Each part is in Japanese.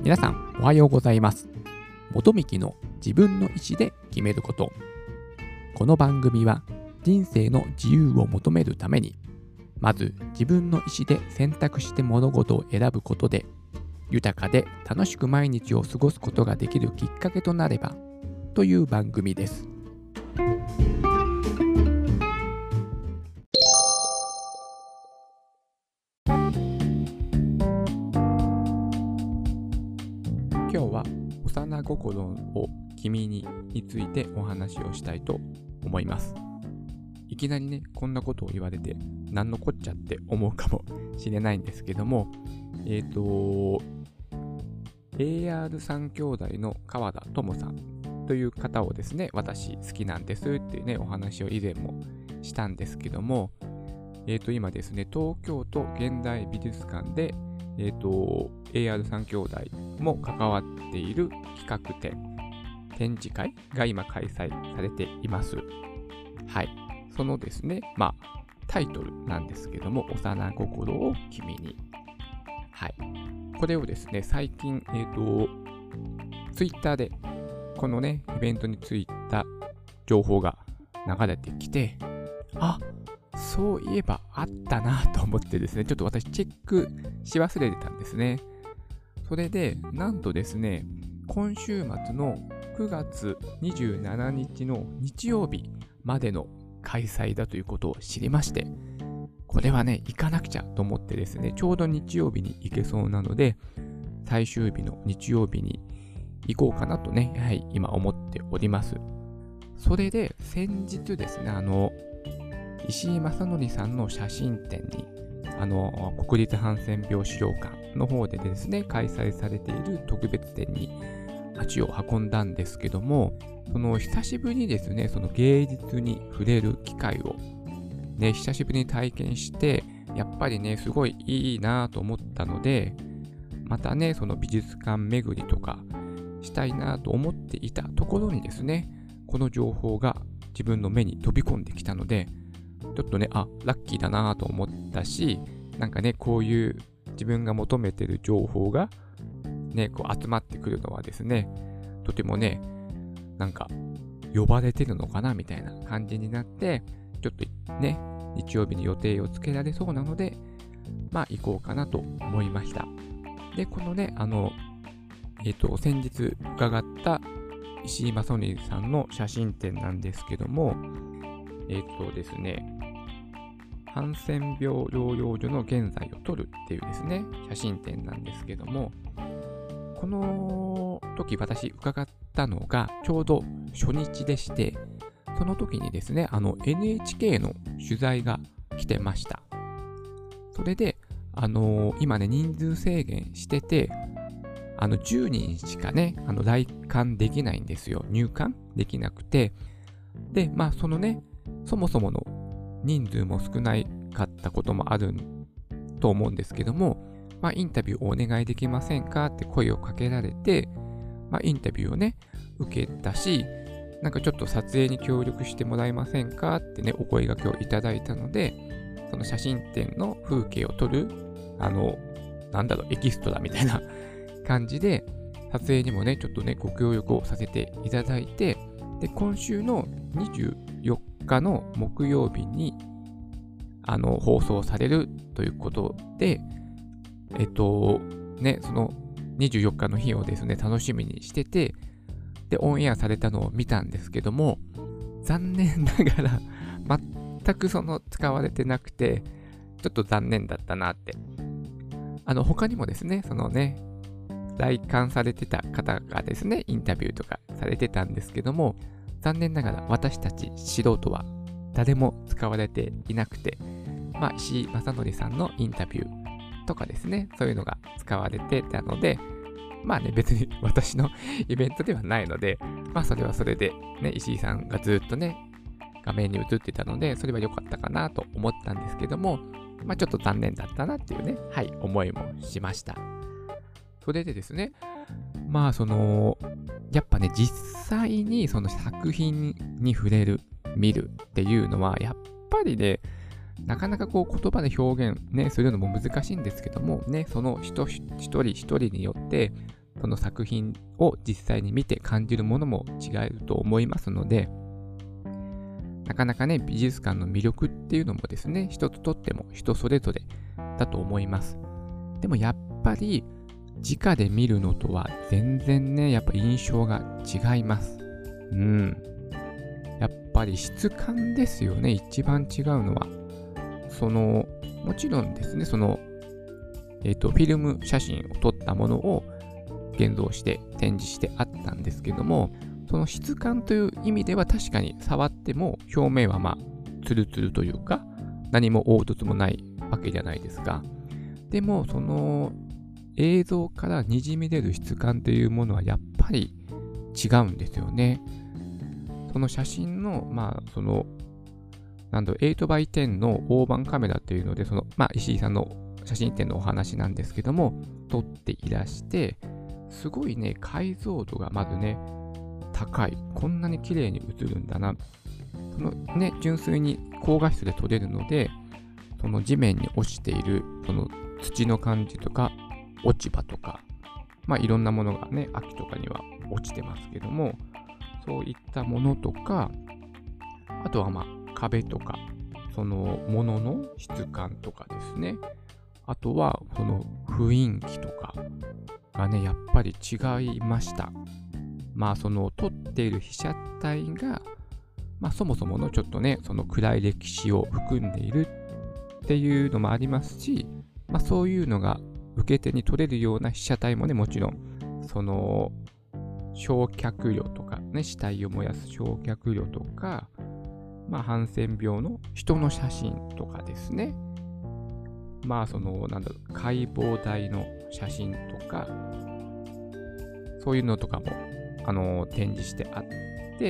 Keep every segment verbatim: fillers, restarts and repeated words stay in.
皆さんおはようございます。元幹の自分の意思で決めること。この番組は人生の自由を求めるために、まず自分の意思で選択して物事を選ぶことで、豊かで楽しく毎日を過ごすことができるきっかけとなればという番組です。今日は幼心を君にについてお話をしたいと思います。いきなりね、こんなことを言われて何のこっちゃって思うかもしれないんですけども、えっと、エーアール 三兄弟の川田智さんという方をですね、私好きなんですっていうね、お話を以前もしたんですけども、えっと、今ですね、東京都現代美術館でえっと、エーアール 三兄弟も関わっている企画展、展示会が今開催されています。はい。そのですね、まあ、タイトルなんですけども、幼心を君に。はい。これをですね、最近、えっと、ツイッターで、このね、イベントについた情報が流れてきて、あ、そういえばあったなと思ってですね、ちょっと私チェックし忘れてたんですね。それで、なんとですね、今週末のくがつにじゅうしちにちの日曜日までの開催だということを知りまして、これはね、行かなくちゃと思ってですね、ちょうど日曜日に行けそうなので、最終日の日曜日に行こうかなとね、はい、今思っております。それで、先日ですね、あの、石井正則さんの写真展に、あの、国立ハンセン病資料館の方でですね、開催されている特別展に足を運んだんですけども、その久しぶりにですね、その芸術に触れる機会を、ね、久しぶりに体験して、やっぱりね、すごいいいなと思ったので、またね、その美術館巡りとかしたいなと思っていたところにですね、この情報が自分の目に飛び込んできたので、ちょっとね、あ、ラッキーだなと思ったし、なんかね、こういう自分が求めてる情報がね、こう集まってくるのはですね、とてもね、なんか呼ばれてるのかなみたいな感じになって、ちょっとね、日曜日に予定をつけられそうなので、まあ行こうかなと思いました。で、このね、あの、えっと、先日伺った石井正則さんの写真展なんですけども、えっとですね、ハンセン病療養所の現在を撮るっていうですね、写真展なんですけども、この時私伺ったのがちょうど初日でして、その時にですね、あの エヌエイチケー の取材が来てました。それで、あのー、今ね、人数制限してて、あのじゅうにんしかね、あの来館できないんですよ。入館できなくて。で、まあそのね、そもそもの人数も少なかったこともあると思うんですけども、まあ、インタビューをお願いできませんかって声をかけられて、まあ、インタビューをね、受けたし、なんかちょっと撮影に協力してもらえませんかってね、お声掛けをいただいたので、その写真展の風景を撮る、あの、なんだろう、エキストラみたいな感じで、撮影にもね、ちょっとね、ご協力をさせていただいて、で、今週のにじゅうよっかの木曜日にあの放送されるということで、えっとね、そのにじゅうよっかの日をですね、楽しみにしてて、で、オンエアされたのを見たんですけども、残念ながら全くその使われてなくて、ちょっと残念だったなって。あの、他にもですね、そのね、来館されてた方がですね、インタビューとかされてたんですけども、残念ながら私たち素人は誰も使われていなくて、まあ、石井正則さんのインタビューとかですね、そういうのが使われてたので、まあね、別に私のイベントではないので、まあそれはそれで、ね、石井さんがずっとね、画面に映ってたので、それは良かったかなと思ったんですけども、まあちょっと残念だったなっていうね、はい、思いもしました。それでですね、まあその、やっぱね、実際にその作品に触れる、見るっていうのは、やっぱりね、なかなかこう言葉で表現ね、するのも難しいんですけども、ね、その人一人一人によって、 その作品を実際に見て感じるものも違うと思いますので、なかなかね、美術館の魅力っていうのもですね、一つとっても人それぞれだと思います。でもやっぱり、直で見るのとは全然ね、やっぱ印象が違います。うん。やっぱり質感ですよね、一番違うのは。その、もちろんですね、その、えっと、フィルム写真を撮ったものを現像して展示してあったんですけども、その質感という意味では確かに触っても表面はまあ、ツルツルというか、何も凹凸もないわけじゃないですか。でも、その映像からにじみ出る質感というものはやっぱり違うんですよね。その写真の、まあ、その、なんだろう、エイトバイテン の大判カメラっていうので、その、まあ、石井さんの写真展のお話なんですけども、撮っていらして、すごいね、解像度がまずね、高い。こんなに綺麗に映るんだな。そのね、純粋に高画質で撮れるので、その地面に落ちている、その土の感じとか、落ち葉とか、まあいろんなものがね、秋とかには落ちてますけども、そういったものとか、あとはまあ壁とか、そのものの質感とかですね。あとはその雰囲気とかがね、やっぱり違いました。まあその撮っている被写体が、まあそもそものちょっとね、その暗い歴史を含んでいるっていうのもありますし、まあそういうのが受け手に撮れるような被写体もね、もちろん、その焼却炉とかね、死体を燃やす焼却炉とか、まあハンセン病の人の写真とかですね。まあその、なんだろう、解剖台の写真とか、そういうのとかも、あの、展示してあって、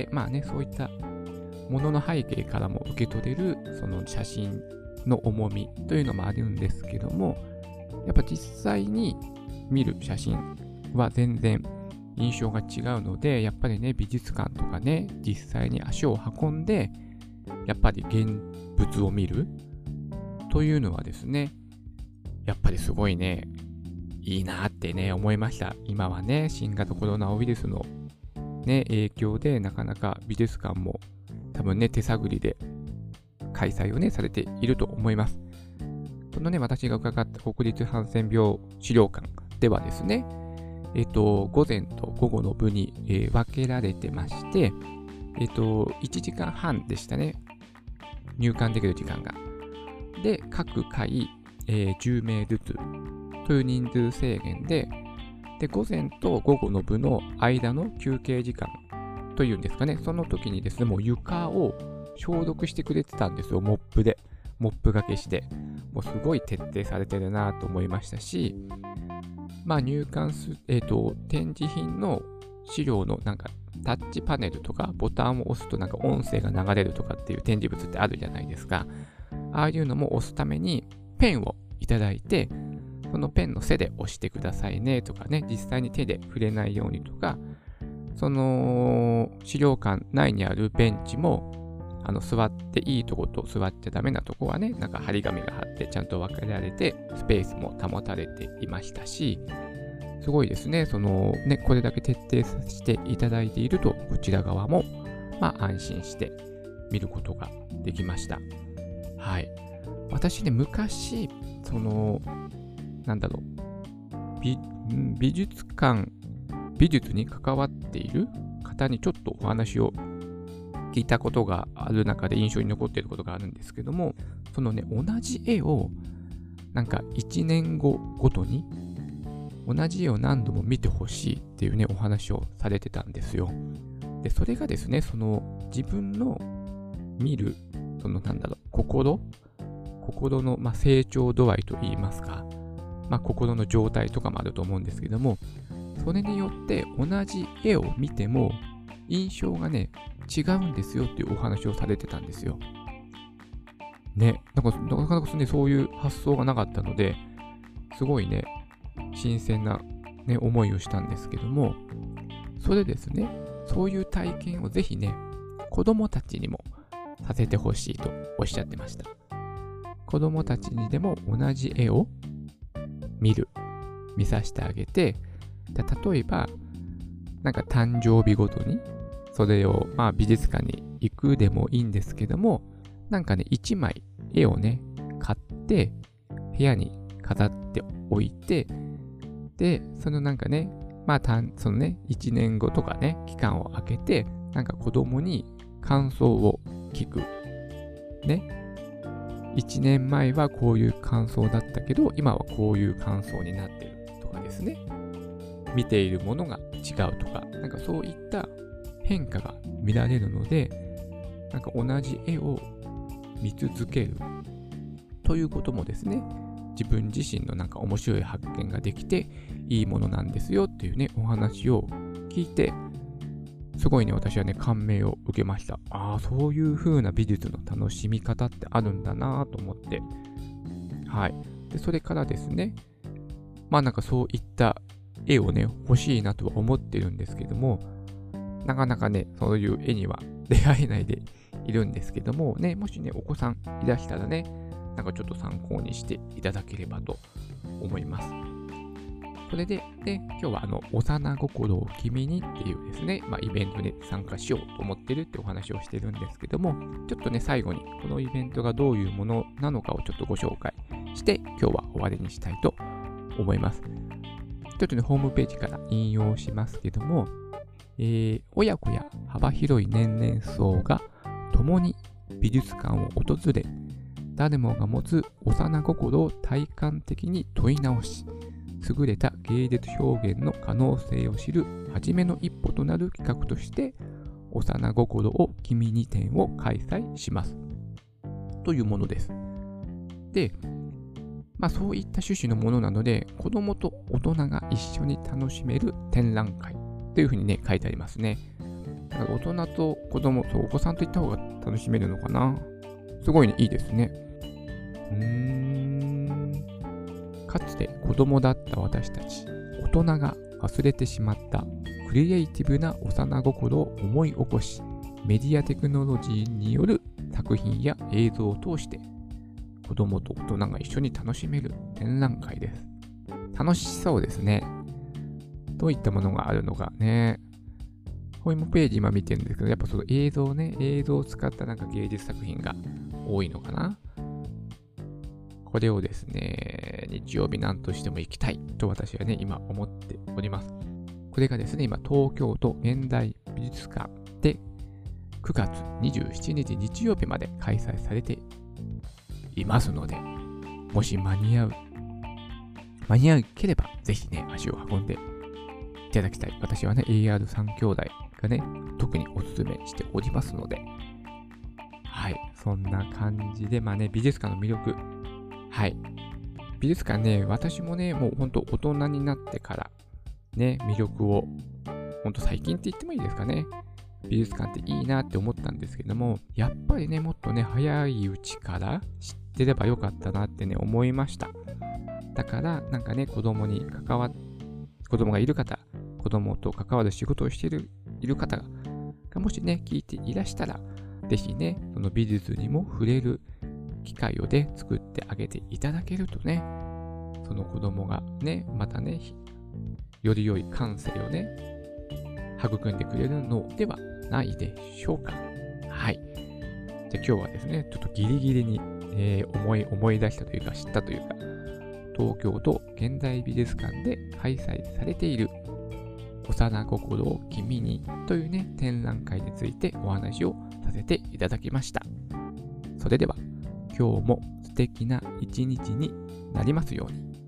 まあね、そういったものの背景からも受け取れる、その写真の重みというのもあるんですけども、やっぱ実際に見る写真は全然印象が違うので、やっぱりね、美術館とかね、実際に足を運んで、やっぱり現物を見るというのはですね、やっぱりすごいね、いいなってね、思いました。今はね、新型コロナウイルスのね、影響でなかなか美術館も多分ね、手探りで開催をね、されていると思います。そのね、私が伺った国立ハンセン病資料館ではですね、えっと、午前と午後の部に、えー、分けられてまして、えっと、いちじかんはんでしたね。入館できる時間が。で、各回、えー、じゅうめいずつという人数制限で、で、午前と午後の部の間の休憩時間というんですかね、その時にですね、もう床を消毒してくれてたんですよ、モップで。モップがけして。もうすごい徹底されてるなと思いましたし、まあ入館す、えっと、展示品の資料のなんかタッチパネルとかボタンを押すとなんか音声が流れるとかっていう展示物ってあるじゃないですか。ああいうのも押すためにペンをいただいて、そのペンの背で押してくださいねとかね、実際に手で触れないようにとか、その資料館内にあるベンチもあの座っていいとこと座っちゃダメなとこはね、なんか張り紙が貼ってちゃんと分けられてスペースも保たれていましたし、すごいですね、そのね、これだけ徹底していただいていると、こちら側もまあ安心して見ることができました。はい。私ね、昔、その、なんだろう、美、美術館、美術に関わっている方にちょっとお話を聞いたことがある中で印象に残っていることがあるんですけども、そのね、同じ絵をなんかいちねんごごとに同じ絵を何度も見てほしいっていうね、お話をされてたんですよ。で、それがですね、その自分の見る、そのなんだろう、心心の、まあ、成長度合いといいますか、まあ、心の状態とかもあると思うんですけども、それによって同じ絵を見ても印象がね、違うんですよっていうお話をされてたんですよ。ね、なんかなかなかね、そういう発想がなかったので、すごいね、新鮮な、ね、思いをしたんですけども、それですね、そういう体験をぜひね、子供たちにもさせてほしいとおっしゃってました。子供たちにでも同じ絵を見る、見させてあげて、 で例えば、なんか誕生日ごとに、それをまあ美術館に行くでもいいんですけども、なんかね、いちまい絵をね、買って、部屋に飾っておいて、で、そのなんかね、まあ、たんそのね、いちねんごとかね、期間を空けて、なんか子供に感想を聞く。ね。いちねんまえはこういう感想だったけど、今はこういう感想になってるとかですね。見ているものが違うとか、なんかそういった変化が見られるので、なんか同じ絵を見続けるということもですね、自分自身のなんか面白い発見ができていいものなんですよっていうね、お話を聞いて、すごいね、私はね、感銘を受けました。ああ、そういう風な美術の楽しみ方ってあるんだなと思って。はい。で、それからですね、まあなんかそういった絵をね、欲しいなとは思ってるんですけども、なかなかね、そういう絵には出会えないでいるんですけども、ね、もしね、お子さんいらしたらね、なんかちょっと参考にしていただければと思います。それで、で今日はあの、幼心を君にっていうですね、まあ、イベントに参加しようと思ってるってお話をしてるんですけども、ちょっとね、最後にこのイベントがどういうものなのかをちょっとご紹介して、今日は終わりにしたいと思います。ちょっとね、ホームページから引用しますけども、えー、親子や幅広い年齢層が共に美術館を訪れ、誰もが持つ幼心を体感的に問い直し、優れた芸術表現の可能性を知る初めの一歩となる企画として、幼心を君に展を開催します。というものです。で、まあそういった趣旨のものなので、子供と大人が一緒に楽しめる展覧会というふうにね、書いてありますね。だから大人と子供とお子さんといった方が楽しめるのかな。すごいね、いいですね。うーん。かつて子供だった私たち、大人が忘れてしまったクリエイティブな幼心を思い起こし、メディアテクノロジーによる作品や映像を通して、子供と大人が一緒に楽しめる展覧会です。楽しそうですね。どういったものがあるのかね。ホームページ今見てるんですけど、やっぱその映像ね、映像を使ったなんか芸術作品が多いのかな。これをですね、日曜日なんとしても行きたいと私はね、今思っております。これがですね、今東京都現代美術館でくがつにじゅうしちにち日曜日まで開催されていますので、もし間に合う、間に合ければぜひね、足を運んでいただきたい。私はね、エーアールさん 兄弟がね、特にお勧めしておりますので、はい、そんな感じで、まあね、美術館の魅力、はい。美術館ね、私もね、もうほんと大人になってから、ね、魅力を、ほんと最近って言ってもいいですかね。美術館っていいなって思ったんですけども、やっぱりね、もっとね、早いうちから知ってればよかったなってね、思いました。だから、なんかね、子供に関わっ、子供がいる方、子供と関わる仕事をしている、いる方が、もしね、聞いていらしたら、ぜひね、その美術にも触れる機会をね、作ってあげていただけるとね、その子供がね、またね、より良い感性をね、育んでくれるのではないでしょうか。はい。じゃあ今日はですね、ちょっとギリギリに、えー、思い、思い出したというか知ったというか、東京都現代美術館で開催されている幼心を君にというね、展覧会についてお話をさせていただきました。それでは、今日も素敵な一日になりますように。